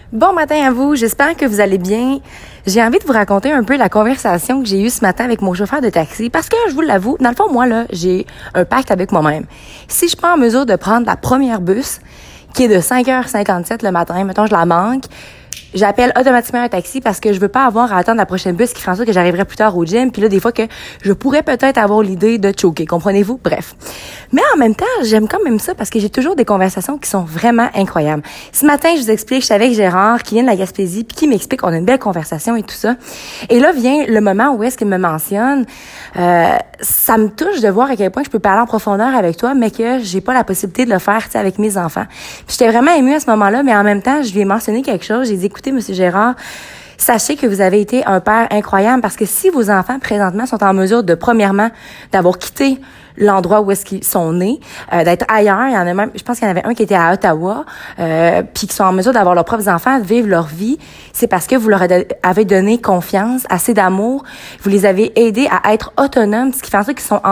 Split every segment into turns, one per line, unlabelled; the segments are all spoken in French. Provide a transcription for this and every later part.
Bon matin à vous, j'espère que vous allez bien. J'ai envie de vous raconter un peu la conversation que j'ai eue ce matin avec mon chauffeur de taxi parce que je vous l'avoue, dans le fond, moi, là, j'ai un pacte avec moi-même. Si je suis pas en mesure de prendre la première bus, qui est de 5h57 le matin, mettons je la manque, j'appelle automatiquement un taxi parce que je veux pas avoir à attendre la prochaine bus qui fera en sorte que j'arriverai plus tard au gym. Puis là, des fois que je pourrais peut-être avoir l'idée de choquer, comprenez-vous? Bref. Mais en même temps, j'aime quand même ça parce que j'ai toujours des conversations qui sont vraiment incroyables. Ce matin, je vous explique, je suis avec Gérard qui vient de la Gaspésie puis qui m'explique qu'on a une belle conversation et tout ça. Et là vient le moment où est-ce qu'il me mentionne ça me touche de voir à quel point je peux parler en profondeur avec toi, mais que j'ai pas la possibilité de le faire, tu sais, avec mes enfants. Puis j'étais vraiment émue à ce moment-là, mais en même temps, je lui ai mentionné quelque chose. J'ai dit, écoutez, Monsieur Gérard, sachez que vous avez été un père incroyable parce que si vos enfants présentement sont en mesure de, premièrement, d'avoir quitté l'endroit où est-ce qu'ils sont nés, d'être ailleurs, il y en a même, je pense qu'il y en avait un qui était à Ottawa, puis qui sont en mesure d'avoir leurs propres enfants, de vivre leur vie, c'est parce que vous leur avez donné confiance, assez d'amour, vous les avez aidés à être autonomes, ce qui fait en sorte qu'ils sont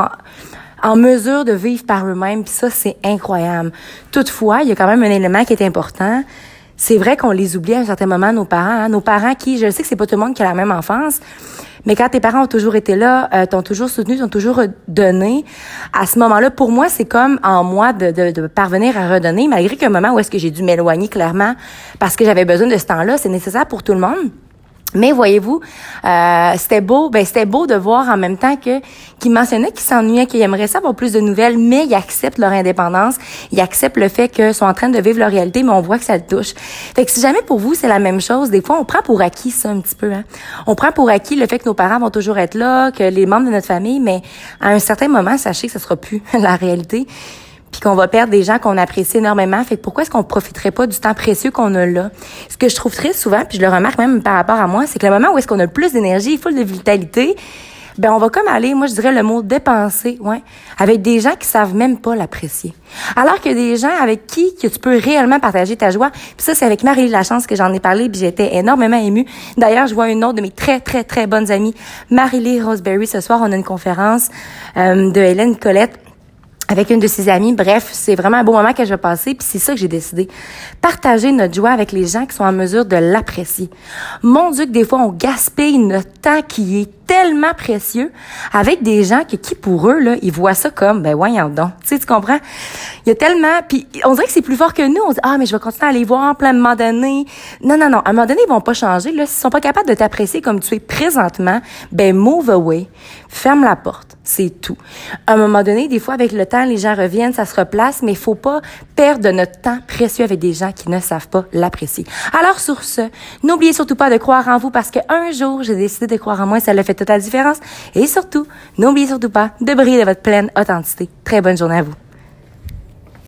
en mesure de vivre par eux-mêmes, puis ça, c'est incroyable. Toutefois, il y a quand même un élément qui est important. C'est vrai qu'on les oublie à un certain moment, nos parents. Hein? Nos parents qui, je sais que c'est pas tout le monde qui a la même enfance, mais quand tes parents ont toujours été là, t'ont toujours soutenu, t'ont toujours donné, à ce moment-là, pour moi, c'est comme en moi de parvenir à redonner, malgré qu'un moment où est-ce que j'ai dû m'éloigner clairement parce que j'avais besoin de ce temps-là, c'est nécessaire pour tout le monde. Mais voyez-vous, c'était beau de voir en même temps qu'ils mentionnaient qu'ils s'ennuyaient, qu'ils aimeraient savoir plus de nouvelles, mais ils acceptent leur indépendance, ils acceptent le fait qu'ils sont en train de vivre leur réalité, mais on voit que ça le touche. Fait que si jamais pour vous c'est la même chose, des fois on prend pour acquis ça un petit peu, hein. On prend pour acquis le fait que nos parents vont toujours être là, que les membres de notre famille, mais à un certain moment, sachez que ça sera plus la réalité. Puis qu'on va perdre des gens qu'on apprécie énormément. Fait que pourquoi est-ce qu'on profiterait pas du temps précieux qu'on a là? Ce que je trouve très souvent, puis je le remarque même par rapport à moi, c'est que le moment où est-ce qu'on a le plus d'énergie, full de vitalité, ben on va comme aller, moi je dirais le mot dépenser, avec des gens qui savent même pas l'apprécier. Alors que des gens avec qui que tu peux réellement partager ta joie. Puis ça, c'est avec Marie Lachance que j'en ai parlé, puis j'étais énormément émue. D'ailleurs, je vois une autre de mes très, très, très bonnes amies, Marie-Lee Roseberry. Ce soir, on a une conférence de Hélène Colette avec une de ses amies. Bref, c'est vraiment un beau moment que je vais passer, puis c'est ça que j'ai décidé. Partager notre joie avec les gens qui sont en mesure de l'apprécier. Mon Dieu, que des fois, on gaspille notre temps qui est tellement précieux avec des gens qui pour eux, là, ils voient ça comme, ben voyons donc. Tu comprends? Il y a tellement, puis on dirait que c'est plus fort que nous. On dit, mais je vais continuer à les voir, plein à un moment donné. Non. À un moment donné, ils vont pas changer, là. S'ils sont pas capables de t'apprécier comme tu es présentement, ben move away. Ferme la porte. C'est tout. À un moment donné, des fois, avec le temps, les gens reviennent, ça se replace, mais il faut pas perdre notre temps précieux avec des gens qui ne savent pas l'apprécier. Alors, sur ce, n'oubliez surtout pas de croire en vous parce qu'un jour, j'ai décidé de croire en moi, ça l'a fait toute la différence. Et surtout, n'oubliez surtout pas de briller de votre pleine authenticité. Très bonne journée à vous.